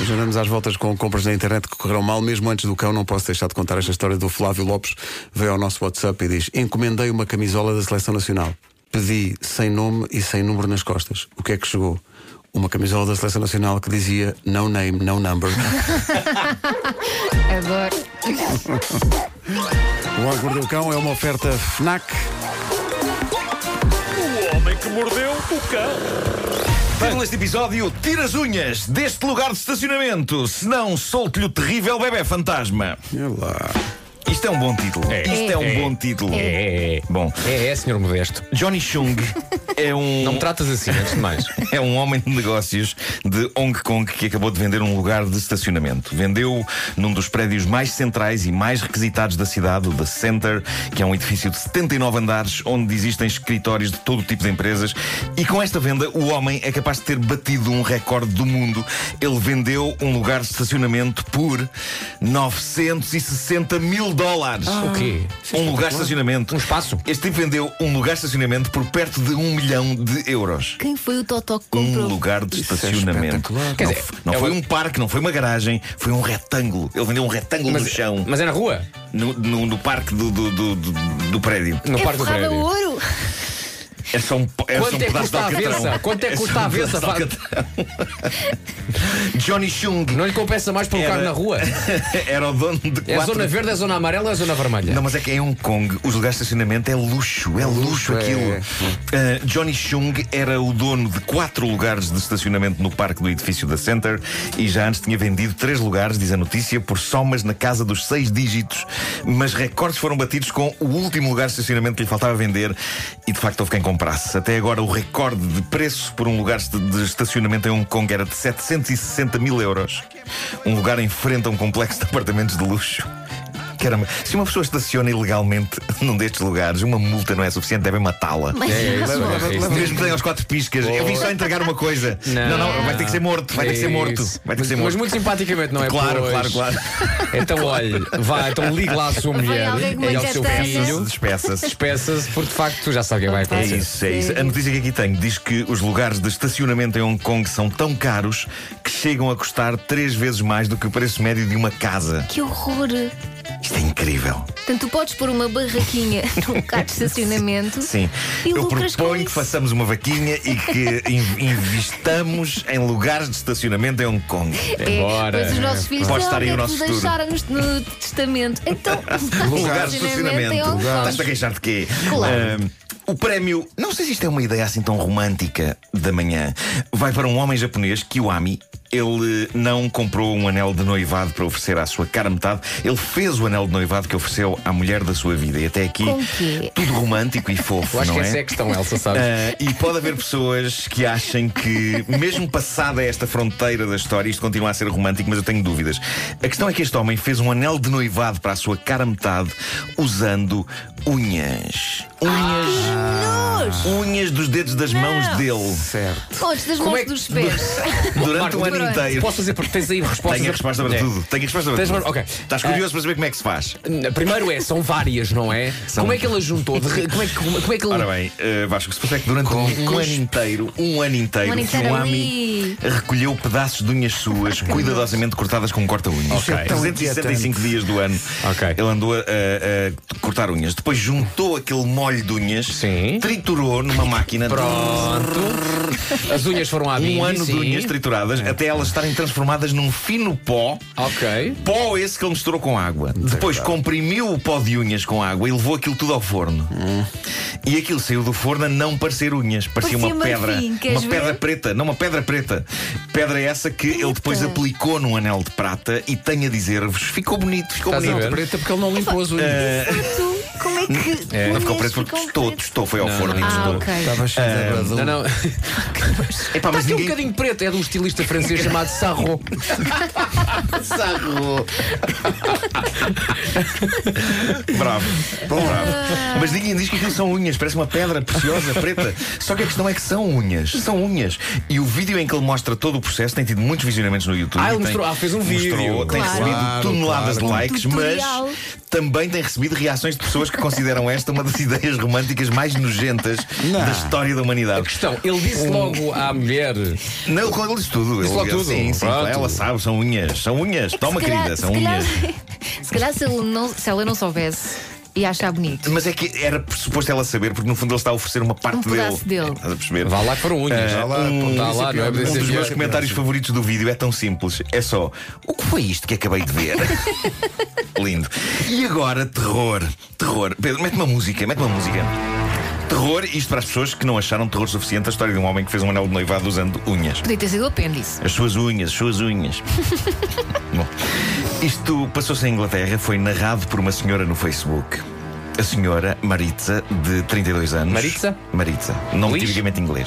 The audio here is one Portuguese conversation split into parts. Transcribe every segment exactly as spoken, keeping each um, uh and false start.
Já andamos às voltas com compras na internet que correram mal. Mesmo antes do cão, não posso deixar de contar esta história do Flávio Lopes. Veio ao nosso WhatsApp e diz: encomendei uma camisola da Seleção Nacional. Pedi sem nome e sem número nas costas. O que é que chegou? Uma camisola da Seleção Nacional que dizia no name, no number. Adoro. O Homem que Mordeu o Cão é uma oferta FNAC. O homem que mordeu o cão. Título deste episódio: tira as unhas deste lugar de estacionamento, senão solte-lhe o terrível bebé fantasma. Olha lá. Isto é um bom título. É. Isto é um É. bom título. É, é, Bom, é, é, senhor Modesto. Johnny Chung é um... Não me tratas assim, antes de mais. É um homem de negócios de Hong Kong que acabou de vender um lugar de estacionamento. Vendeu num dos prédios mais centrais e mais requisitados da cidade, o The Center, que é um edifício de setenta e nove andares, onde existem escritórios de todo tipo de empresas. E com esta venda, o homem é capaz de ter batido um recorde do mundo. Ele vendeu um lugar de estacionamento por novecentos e sessenta mil dólares. O quê? Um lugar de estacionamento. Um espaço? Este tipo vendeu um lugar de estacionamento por perto de um milhão de euros. Quem foi o Totó que Um comprou? lugar de Isso é estacionamento. espetacular. Quer não dizer, f- não é foi uma- um parque, não foi uma garagem, foi um retângulo. Ele vendeu um retângulo Mas, no chão, mas é na rua? no, no- no parque do, do, do, do- do prédio. No É parque do forrado a prédio. ouro. É só um, é só Quanto um é que pedaço de custa a alcatrão. avessa? Quanto é que É só custa a um avessa? pedaço de alcatrão. Johnny Chung Não lhe compensa mais colocar Era- na rua? era o dono de É a quatro... zona verde, é a zona amarela ou é a zona vermelha? Não, mas é que em Hong Kong os lugares de estacionamento é luxo, é luxo é. aquilo. Uh, Johnny Chung era o dono de quatro lugares de estacionamento no parque do edifício da Center e já antes tinha vendido três lugares, diz a notícia, por somas na casa dos seis dígitos. Mas recordes foram batidos com o último lugar de estacionamento que lhe faltava vender e de facto houve quem comprasse. Até agora o recorde de preço por um lugar de estacionamento em Hong Kong era de setecentos e sessenta mil euros. Um lugar em frente a um complexo de apartamentos de luxo. Caramba, se uma pessoa estaciona ilegalmente num destes lugares, uma multa não é suficiente, devem matá-la. Mas É, é isso, é isso. Mesmo que tenha aos quatro piscas. Eu vim só entregar uma coisa. Não, não, vai ter que ser morto. Vai ter que ser morto. Isso. Vai ter que ser Mas morto. muito simpaticamente, não é? Claro, Pois. claro, claro. Então, olha, vai, então ligue lá à sua mulher alguém com e uma ao seu catana. filho. Despeça-se. Despeça-se, porque de facto já sabe o que vai É acontecer. isso, é isso. A notícia que aqui tenho diz que os lugares de estacionamento em Hong Kong são tão caros que chegam a custar três vezes mais do que o preço médio de uma casa. que horror. Isto é incrível. Portanto, tu podes pôr uma barraquinha num lugar de estacionamento. Sim. E Eu lucras com proponho que isso. façamos uma vaquinha e que in- investamos em lugares de estacionamento em Hong Kong. É, Bora. pois os nossos filhos Pode dizem, estar aí "Olha, o nosso tu futuro." deixaram-nos no testamento. Então, Lugares de em estacionamento. Hong Kong. Estás a queixar de quê? Claro. Ahm, o prémio, não sei se isto é uma ideia assim tão romântica da manhã, vai para um homem japonês, Kiwami. Ele não comprou um anel de noivado para oferecer à sua cara metade. Ele fez o anel de noivado que ofereceu à mulher da sua vida. E até aqui, Com quê? tudo romântico e fofo, Eu acho não que é? essa é a questão, Elsa, sabes? Ah, e pode haver pessoas que achem que, mesmo passada esta fronteira da história, isto continua a ser romântico, mas eu tenho dúvidas. A questão é que este homem fez um anel de noivado para a sua cara metade usando unhas. Unhas. Nojo. Unhas dos dedos das mãos dele. Certo. Podes das Como mãos é que- dos pés. Durante Marco, o ano pronto. inteiro. Posso fazer porque tens aí respostas. Tenho a resposta para É. tudo. Tenho a resposta para Tens- tudo. ok. Estás curioso para saber como é que se faz? Primeiro é, são várias, não é? São- Como é que ela juntou? De re- Como é que, como, como é que ele. Ora bem, eh, Vasco, se fosse é que durante um, um ano inteiro, um ano inteiro, Um ano inteiro Kiwami ali. recolheu pedaços de unhas suas, cuidadosamente cortadas com um corta-unhas. Ok. trezentos e sessenta e cinco dias do ano, Ok. ele andou a, a- a cortar unhas. Depois juntou aquele molho de unhas, Sim. triturou numa máquina. Pronto. As unhas foram à Um Bimbi, ano de sim. unhas trituradas até elas estarem transformadas num fino pó. Ok. Pó esse que ele misturou com água. Depois comprimiu o pó de unhas com água e levou aquilo tudo ao forno. E aquilo saiu do forno a não parecer unhas. Parecia Parecia uma pedra. marfim, queres Uma pedra ver? preta. Não, uma pedra preta. Pedra essa que ele depois aplicou num anel de prata e tenho a dizer-vos, ficou bonito, ficou Estás a bonito. ver? Preta porque ele não limpou as unhas. Tu, como é que. Não ficou unhas preto porque ficam tostou, pretas? tostou, foi ao forno e Ah, tostou. ok. Estava cheio de abradum. Não, não. Epá, Está mas aqui um ninguém... bocadinho preto, é de um estilista francês chamado Sarro. Sarro. Bravo, bravo. Mas ninguém diz que aquilo são unhas, parece uma pedra preciosa, preta. Só que a questão é que são unhas, são unhas. E o vídeo em que ele mostra todo o processo tem tido muitos visionamentos no YouTube. Ah, ele Tem- mostrou- ah, fez um mostrou, vídeo. Tem Claro. recebido Claro, toneladas claro. de likes, Um tutorial. mas também tem recebido reações de pessoas que consideram esta uma das ideias românticas mais nojentas Não. da história da A humanidade. questão, ele disse logo à mulher. Não, ele disse tudo. Disse Ele- logo tudo. Sim, sim, Pronto. ela sabe, são unhas. São unhas. Toma, Se calhar- querida, são se calhar- unhas. Se calhar se, ele não, se ela não soubesse, ia achar bonito. Mas é que era suposto ela saber, porque no fundo ele está a oferecer uma parte Um dele. pedaço dele. Estás a perceber? Vá lá que foram unhas. Ah, Vá lá, um- está isso é lá, pior. não é Um para Um dizer dos meus pior. comentários favoritos do vídeo é tão simples. É só: o que foi isto que acabei de ver? Lindo. E agora, terror. Terror. Pedro, mete uma música, mete uma música. Terror, isto para as pessoas que não acharam terror suficiente a história de um homem que fez um anel de noivado usando unhas. Podia ter sido o apêndice. As suas unhas, as suas unhas. Bom, isto passou-se em Inglaterra, foi narrado por uma senhora no Facebook. A senhora Maritza, de trinta e dois anos. Maritza? Maritza, nome Luís? tipicamente inglês.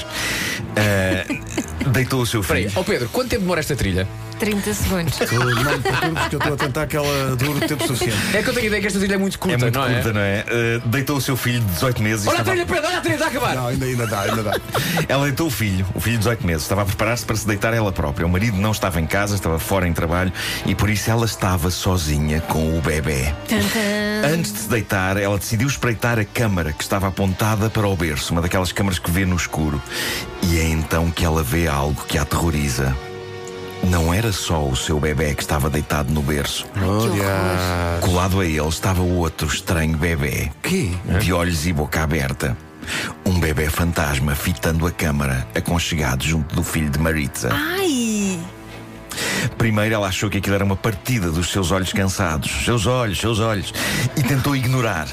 Ah, deitou o seu Espera filho. aí, ó Pedro, quanto tempo demora esta trilha? trinta segundos. Tu não me perturbes que eu estou a tentar que ela dure o tempo suficiente. É que eu tenho a ideia que esta trilha é muito curta, É muito não curta, é? não é? Uh, deitou o seu filho de dezoito meses. e Olha a estava- trilha, Pedro, olha a trilha, está a acabar. Não, ainda, ainda dá, ainda dá. Ela deitou o filho, o filho de dezoito meses, estava a preparar-se para se deitar ela própria. O marido não estava em casa, estava fora em trabalho e por isso ela estava sozinha com o bebê. Tan, tan. Antes de se deitar, ela decidiu espreitar a câmara que estava apontada para o berço, uma daquelas câmaras que vê no escuro. E é então que ela vê algo que a aterroriza. Não era só o seu bebê que estava deitado no berço. Que horror. Colado a ele estava o outro estranho bebê. Que? De olhos e boca aberta. Um bebê fantasma fitando a câmara, aconchegado junto do filho de Maritza. Ai! Primeiro ela achou que aquilo era uma partida dos seus olhos cansados. Seus olhos, seus olhos. E tentou ignorar.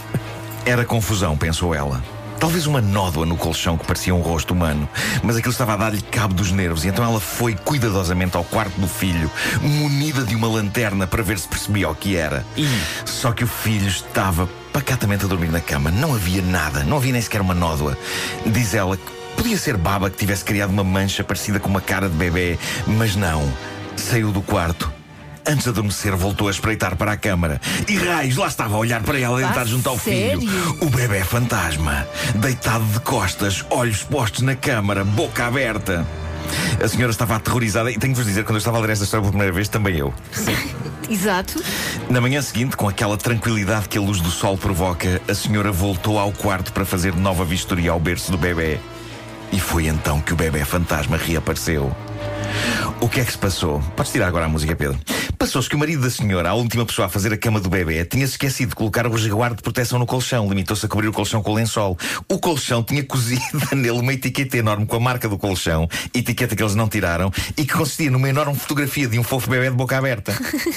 Era confusão, pensou ela. Talvez uma nódoa no colchão que parecia um rosto humano. Mas aquilo estava a dar-lhe cabo dos nervos. E então ela foi cuidadosamente ao quarto do filho, munida de uma lanterna para ver se percebia o que era. Só que o filho estava pacatamente a dormir na cama. Não havia nada, não havia nem sequer uma nódoa. Diz ela que podia ser baba que tivesse criado uma mancha parecida com uma cara de bebê. Mas não. Saiu do quarto. Antes de adormecer, voltou a espreitar para a câmara. E raios, lá estava a olhar para ela, deitado junto ao sério? filho. O bebê fantasma, deitado de costas, olhos postos na câmara, boca aberta. A senhora estava aterrorizada. E tenho de vos dizer, quando eu estava a ler esta história pela primeira vez, também eu. Exato. Na manhã seguinte, com aquela tranquilidade que a luz do sol provoca, a senhora voltou ao quarto para fazer nova vistoria ao berço do bebê. E foi então que o bebê fantasma reapareceu. O que é que se passou? Podes tirar agora a música, Pedro. Passou-se que o marido da senhora, a última pessoa a fazer a cama do bebê, tinha-se esquecido de colocar o resguardo de proteção no colchão. Limitou-se a cobrir o colchão com o lençol. O colchão tinha cozida nele uma etiqueta enorme com a marca do colchão, etiqueta que eles não tiraram, e que consistia numa enorme fotografia de um fofo bebê de boca aberta.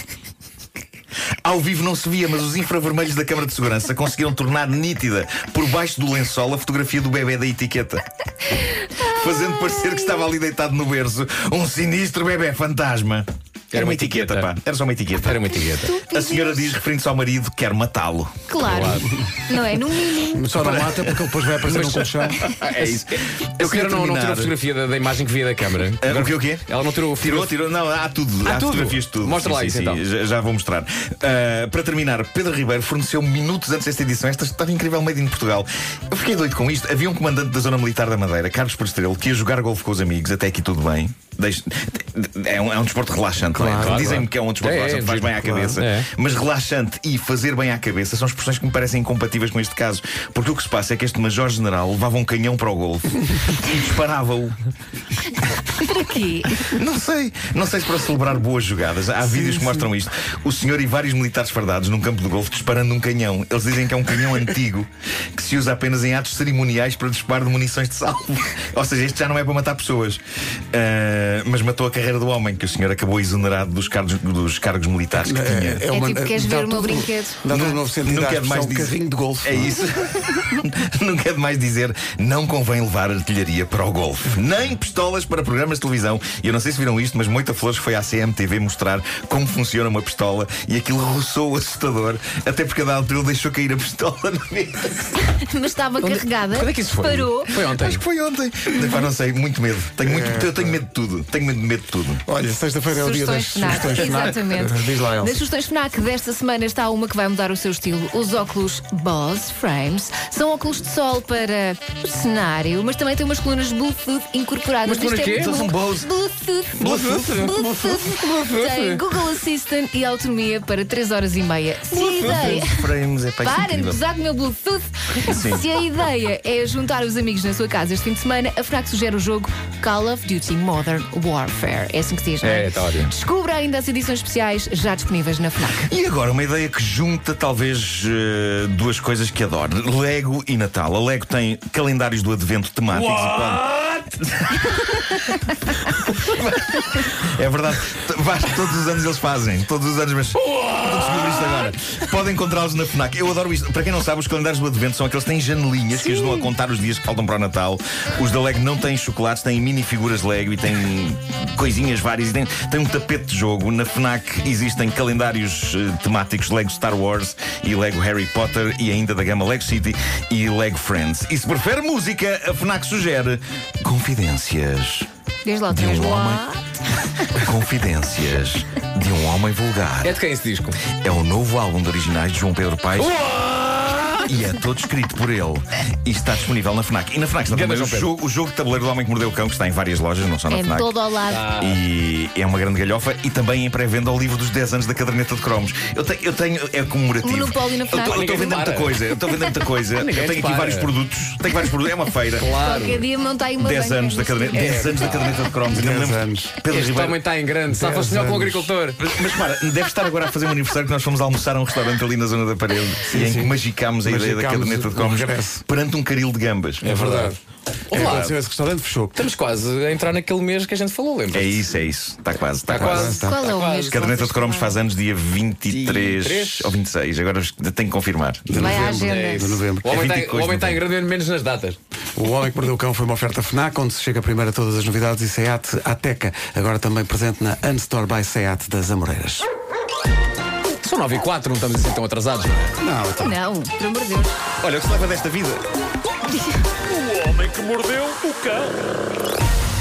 Ao vivo não se via, mas os infravermelhos da câmara de segurança conseguiram tornar nítida, por baixo do lençol, a fotografia do bebê da etiqueta, fazendo parecer que estava ali deitado no berço um sinistro bebê fantasma. Era uma etiqueta, pá. Era só uma etiqueta. Era uma etiqueta. A senhora diz, referindo-se ao marido, quer matá-lo. Claro. Não é? No mínimo. Só não mata porque ele depois vai aparecer num colchão. É isso. Eu quero não, não terminar- tirou a fotografia da, da imagem que via da câmara. Ah, o quê, o quê? Ela não tirou a Tirou, fotografia. tirou, não, há tudo, Há há tudo? fotografias de tudo. Mostra Sim, lá sim, isso, sim, então. já, já vou mostrar. Ah, para terminar, Pedro Ribeiro forneceu minutos antes desta edição. Esta estava incrível, made in Portugal. Eu fiquei doido com isto. Havia um comandante da Zona Militar da Madeira, Carlos Perestrelo, que ia jogar golfe com os amigos. Até aqui tudo bem. Deixe- É, um, é um desporto relaxante, não é? Claro, Dizem-me claro. que é um desporto É, relaxante, é, faz bem à claro. cabeça. É. Mas relaxante e fazer bem à cabeça são expressões que me parecem incompatíveis com este caso. Porque o que se passa é que este major-general levava um canhão para o golfe e disparava-o. Para quê? Não sei, não sei se para celebrar boas jogadas. Há vídeos que mostram isto. O senhor e vários militares fardados num campo de golfe disparando um canhão. Eles dizem que é um canhão antigo que se usa apenas em atos cerimoniais para disparo de munições de salvo. Ou seja, este já não é para matar pessoas. Ah, mas matou a carreira do homem, que o senhor acabou exonerado dos cargos, dos cargos militares que tinha. É tipo, queres dá ver o meu tudo- brinquedo? Dá todo um novo sentido Não à quero mais expressão dizer. carrinho de golfe. É isso. Não quero mais dizer, não convém levar artilharia para o golfe, nem pistolas para programas de televisão. E eu não sei se viram isto, mas Moita Flores foi à C M T V mostrar como funciona uma pistola e aquilo roçou o assustador, até porque a da altura ele deixou cair a pistola na mesa. Mas estava carregada. Quando é que isso foi? Parou. Foi ontem. Acho que foi ontem. Epá, não sei, muito medo. Tenho, muito, eu tenho medo de tudo. Tenho medo, medo de tudo. Olha, sexta-feira é o dia das sugestões FNAC. Sugestões FNAC. Exatamente. Diz lá, Elsa. Nas sugestões FNAC desta semana está uma que vai mudar o seu estilo. Os óculos Bose Frames são óculos de sol para o cenário, mas também tem umas colunas Bluetooth incorporadas. Mas colunas Isto é quê? muito São bom. Bose. Bluetooth. Bluetooth? Bluetooth. Tem Google Assistant e autonomia para três horas e meia. Se a ideia... Frames, é pá, isso é Parem de incrível. gozar com o meu Bluetooth. Sim. Se a ideia é juntar os amigos na sua casa este fim de semana, a FNAC sugere o jogo Call of Duty Modern Warfare. É assim que se diz, não é? É, está ótimo. Descubra ainda as edições especiais já disponíveis na FNAC. E agora uma ideia que junta talvez eh, duas coisas que adoro: Lego e Natal. A Lego tem calendários do advento temáticos e pode... É verdade. Vasco, todos os anos eles fazem. Todos os anos, mas vou descobrir isto agora. Podem encontrá-los na FNAC. Eu adoro isto. Para quem não sabe, os calendários do advento são aqueles que têm janelinhas que ajudam a contar os dias que faltam para o Natal. Os da Lego não têm chocolates, têm minifiguras Lego e têm coisinhas várias. E têm, têm um tapete de jogo. Na FNAC existem calendários uh, temáticos Lego Star Wars e Lego Harry Potter e ainda da gama Lego City e Lego Friends. E se prefere música, a FNAC sugere Confidências Desde lá de outra vez. um homem. What? Confidências de um homem vulgar. É de quem esse disco? É o novo álbum de originais de João Pedro Paes. E é todo escrito por ele. E está disponível na FNAC. E na FNAC está Ganda também o João Pedro. jogo, o jogo de tabuleiro do Homem que Mordeu o Cão, que está em várias lojas, não só na É FNAC. todo ao lado. E é uma grande galhofa. E também em pré-venda ao livro dos dez anos da caderneta de cromos. Eu tenho, eu tenho é comemorativo. Monopólio na Eu estou- FNAC. eu estou a Ninguém vender muita para. coisa. Eu estou a vender muita coisa. Eu Ninguém tenho aqui para. vários produtos. Tenho vários produtos. É uma feira. Claro. Qualquer dia monta aí uma dez banca anos da nisto. caderneta, dez anos da caderneta de cromos. Ainda me dez lembro- anos. Pedro Este Ribeiro. homem está em grande. Safa-se melhor com o agricultor. Mas, mas para, deve estar agora a fazer um aniversário que nós fomos almoçar a um restaurante ali na zona da parede e em que magicámos a ideia da Magicámos caderneta de o cromos regresso. perante um caril de gambas. É verdade. É, Olá. aconteceu esse restaurante, fechou. Estamos quase a entrar naquele mês que a gente falou, lembra? É isso, é isso. Está quase, está Está quase. quase. Tá. Qual é o quase. mês? que Caderneta vocês de cromos falaram? faz anos dia vinte e três vinte e três? ou vinte e seis. Agora tenho que confirmar. De Vai à novembro. agenda. É isso. De novembro. O homem É está vinte e dois o homem está em de grande menos nas datas. O Homem que Mordeu o Cão foi uma oferta FNAC, onde se chega primeiro a todas as novidades, e SEAT Ateca, agora também presente na Unstore by SEAT das Amoreiras. São nove e quatro, não estamos assim tão atrasados, não é? Não, então. Não, pelo amor de Deus. Olha, o que se leva desta vida? O homem que mordeu o cão.